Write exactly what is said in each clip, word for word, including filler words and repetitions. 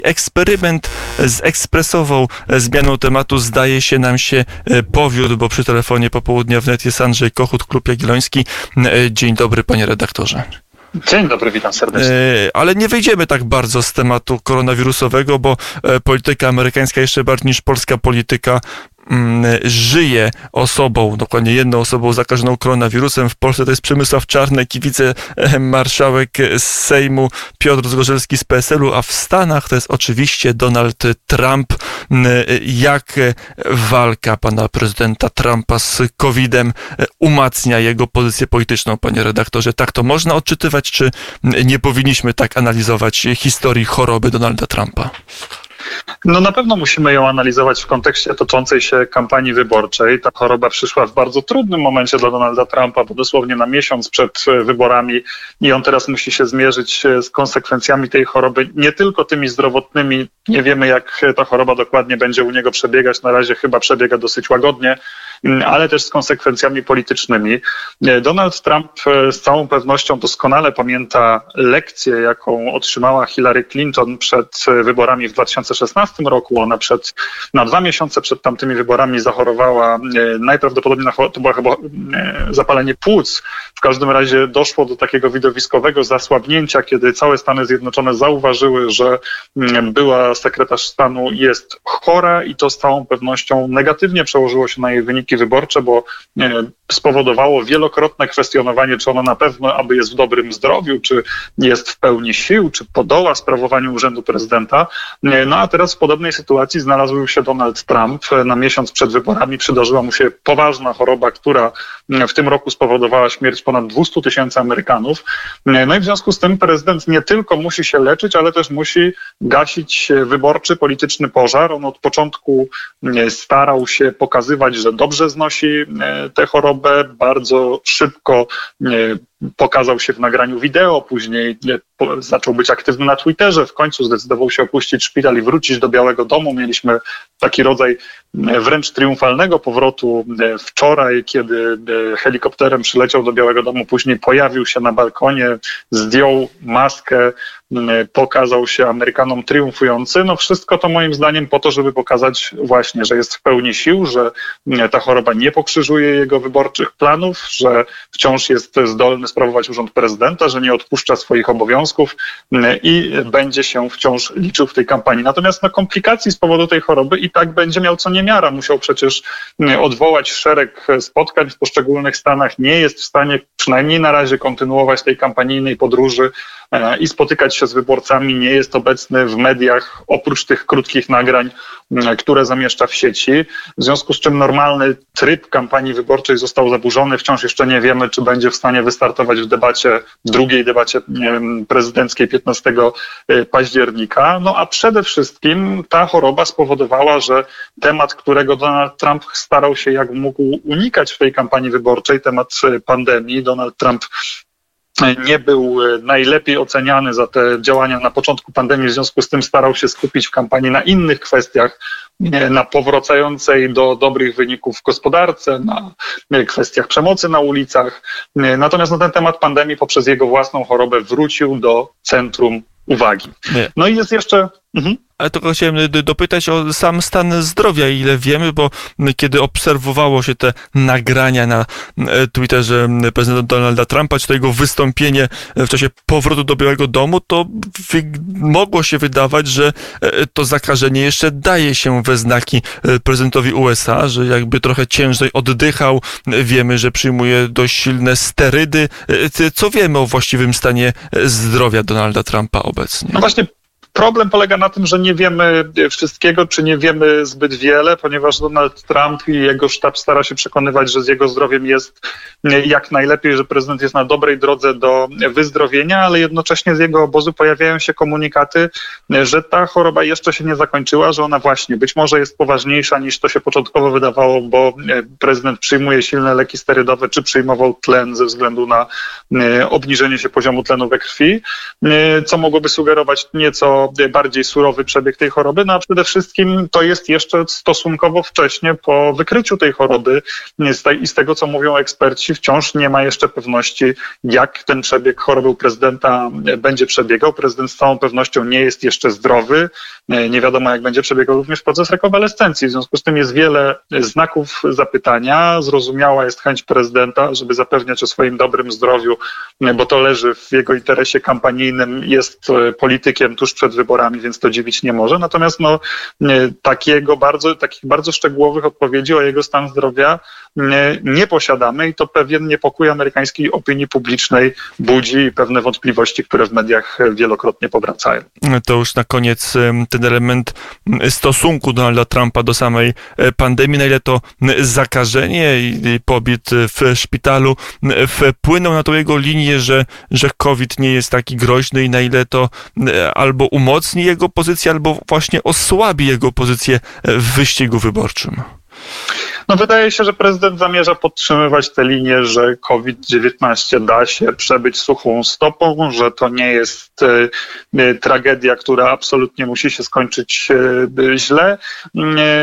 Eksperyment z ekspresową zmianą tematu zdaje się nam się powiódł, bo przy telefonie popołudnia wnet jest Andrzej Kochut, Klub Jagielloński. Dzień dobry, panie redaktorze. Dzień dobry, witam serdecznie. Ale nie wyjdziemy tak bardzo z tematu koronawirusowego, bo polityka amerykańska jeszcze bardziej niż polska polityka żyje osobą, dokładnie jedną osobą zakażoną koronawirusem. W Polsce to jest Przemysław Czarnek i wicemarszałek z Sejmu Piotr Zgorzelski z P S L u, a w Stanach to jest oczywiście Donald Trump. Jak walka pana prezydenta Trumpa z kowidem umacnia jego pozycję polityczną, panie redaktorze? Tak to można odczytywać, czy nie powinniśmy tak analizować historii choroby Donalda Trumpa? No na pewno musimy ją analizować w kontekście toczącej się kampanii wyborczej. Ta choroba przyszła w bardzo trudnym momencie dla Donalda Trumpa, bo dosłownie na miesiąc przed wyborami i on teraz musi się zmierzyć z konsekwencjami tej choroby, nie tylko tymi zdrowotnymi. Nie wiemy, jak ta choroba dokładnie będzie u niego przebiegać. Na razie chyba przebiega dosyć łagodnie, ale też z konsekwencjami politycznymi. Donald Trump z całą pewnością doskonale pamięta lekcję, jaką otrzymała Hillary Clinton przed wyborami w dwa tysiące szesnastym roku. Ona przed, na dwa miesiące przed tamtymi wyborami zachorowała, najprawdopodobniej na, to była chyba zapalenie płuc. W każdym razie doszło do takiego widowiskowego zasłabnięcia, kiedy całe Stany Zjednoczone zauważyły, że była sekretarz stanu jest chora i to z całą pewnością negatywnie przełożyło się na jej wyniki wyborcze, bo spowodowało wielokrotne kwestionowanie, czy ona na pewno aby jest w dobrym zdrowiu, czy jest w pełni sił, czy podoła sprawowaniu urzędu prezydenta. No a teraz w podobnej sytuacji znalazł się Donald Trump. Na miesiąc przed wyborami przydarzyła mu się poważna choroba, która w tym roku spowodowała śmierć ponad dwieście tysięcy Amerykanów. No i w związku z tym prezydent nie tylko musi się leczyć, ale też musi gasić wyborczy, polityczny pożar. On od początku starał się pokazywać, że dobrze znosi tę chorobę, bardzo szybko pokazał się w nagraniu wideo, później zaczął być aktywny na Twitterze, w końcu zdecydował się opuścić szpital i wrócić do Białego Domu. Mieliśmy taki rodzaj wręcz triumfalnego powrotu wczoraj, kiedy helikopterem przyleciał do Białego Domu, później pojawił się na balkonie, zdjął maskę, pokazał się Amerykanom triumfujący. No wszystko to moim zdaniem po to, żeby pokazać właśnie, że jest w pełni sił, że ta choroba nie pokrzyżuje jego wyborczych planów, że wciąż jest zdolny sprawować urząd prezydenta, że nie odpuszcza swoich obowiązków i będzie się wciąż liczył w tej kampanii. Natomiast no, komplikacji z powodu tej choroby i tak będzie miał co niemiara. Musiał przecież odwołać szereg spotkań w poszczególnych stanach. Nie jest w stanie przynajmniej na razie kontynuować tej kampanijnej podróży i spotykać się z wyborcami. Nie jest obecny w mediach oprócz tych krótkich nagrań, które zamieszcza w sieci. W związku z czym normalny tryb kampanii wyborczej został zaburzony. Wciąż jeszcze nie wiemy, czy będzie w stanie wystartować w debacie, w drugiej debacie prezydenckiej piętnastego października. No a przede wszystkim ta choroba spowodowała, że temat, którego Donald Trump starał się jak mógł unikać w tej kampanii wyborczej, temat pandemii. Donald Trump nie był najlepiej oceniany za te działania na początku pandemii, w związku z tym starał się skupić w kampanii na innych kwestiach, na powracającej do dobrych wyników w gospodarce, na kwestiach przemocy na ulicach. Natomiast no, ten temat pandemii poprzez jego własną chorobę wrócił do centrum uwagi. No i jest jeszcze... Mhm. Ale tylko chciałem dopytać o sam stan zdrowia, ile wiemy, bo kiedy obserwowało się te nagrania na Twitterze prezydenta Donalda Trumpa, czy to jego wystąpienie w czasie powrotu do Białego Domu, to mogło się wydawać, że to zakażenie jeszcze daje się we znaki prezydentowi U S A, że jakby trochę ciężej oddychał. Wiemy, że przyjmuje dość silne sterydy. Co wiemy o właściwym stanie zdrowia Donalda Trumpa obecnie? No właśnie. Problem polega na tym, że nie wiemy wszystkiego, czy nie wiemy zbyt wiele, ponieważ Donald Trump i jego sztab stara się przekonywać, że z jego zdrowiem jest jak najlepiej, że prezydent jest na dobrej drodze do wyzdrowienia, ale jednocześnie z jego obozu pojawiają się komunikaty, że ta choroba jeszcze się nie zakończyła, że ona właśnie być może jest poważniejsza niż to się początkowo wydawało, bo prezydent przyjmuje silne leki sterydowe, czy przyjmował tlen ze względu na obniżenie się poziomu tlenu we krwi, co mogłoby sugerować nieco o bardziej surowy przebieg tej choroby, no a przede wszystkim to jest jeszcze stosunkowo wcześnie po wykryciu tej choroby i z tego, co mówią eksperci, wciąż nie ma jeszcze pewności, jak ten przebieg choroby u prezydenta będzie przebiegał. Prezydent z całą pewnością nie jest jeszcze zdrowy. Nie wiadomo, jak będzie przebiegał również proces rekonwalescencji. W związku z tym jest wiele znaków zapytania. Zrozumiała jest chęć prezydenta, żeby zapewniać o swoim dobrym zdrowiu, bo to leży w jego interesie kampanijnym. Jest politykiem tuż przed wyborami, więc to dziwić nie może. Natomiast no, takiego bardzo, takich bardzo szczegółowych odpowiedzi o jego stan zdrowia nie, nie posiadamy i to pewien niepokój amerykańskiej opinii publicznej budzi i pewne wątpliwości, które w mediach wielokrotnie powracają. To już na koniec ten element stosunku Donalda Trumpa do samej pandemii, na ile to zakażenie i pobyt w szpitalu wpłynął na tą jego linię, że, że COVID nie jest taki groźny i na ile to albo umocni jego pozycję, albo właśnie osłabi jego pozycję w wyścigu wyborczym. No wydaje się, że prezydent zamierza podtrzymywać tę linię, że COVID dziewiętnaście da się przebyć suchą stopą, że to nie jest y, tragedia, która absolutnie musi się skończyć y, źle. Y,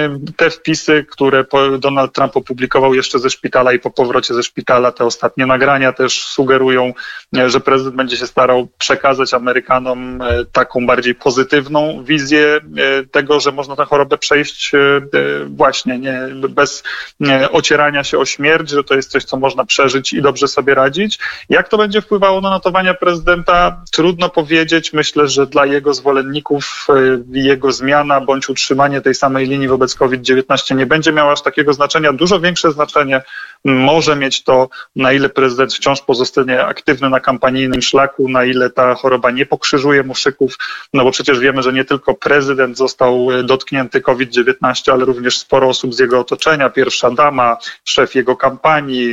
te wpisy, które Donald Trump opublikował jeszcze ze szpitala i po powrocie ze szpitala, te ostatnie nagrania też sugerują, y, że prezydent będzie się starał przekazać Amerykanom y, taką bardziej pozytywną wizję y, tego, że można tę chorobę przejść y, y, właśnie nie, bez ocierania się o śmierć, że to jest coś, co można przeżyć i dobrze sobie radzić. Jak to będzie wpływało na notowania prezydenta? Trudno powiedzieć. Myślę, że dla jego zwolenników jego zmiana bądź utrzymanie tej samej linii wobec COVID dziewiętnaście nie będzie miało aż takiego znaczenia. Dużo większe znaczenie może mieć to, na ile prezydent wciąż pozostanie aktywny na kampanijnym szlaku, na ile ta choroba nie pokrzyżuje mu szyków, no bo przecież wiemy, że nie tylko prezydent został dotknięty COVID dziewiętnaście, ale również sporo osób z jego otoczenia, pierwsza dama, szef jego kampanii,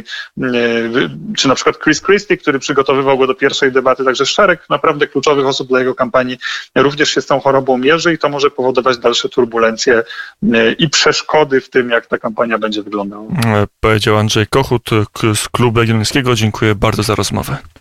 czy na przykład Chris Christie, który przygotowywał go do pierwszej debaty, także szereg naprawdę kluczowych osób dla jego kampanii również się z tą chorobą mierzy i to może powodować dalsze turbulencje i przeszkody w tym, jak ta kampania będzie wyglądała. Powiedział Andrzej Kochut z Klubu Jagiellońskiego. Dziękuję bardzo za rozmowę.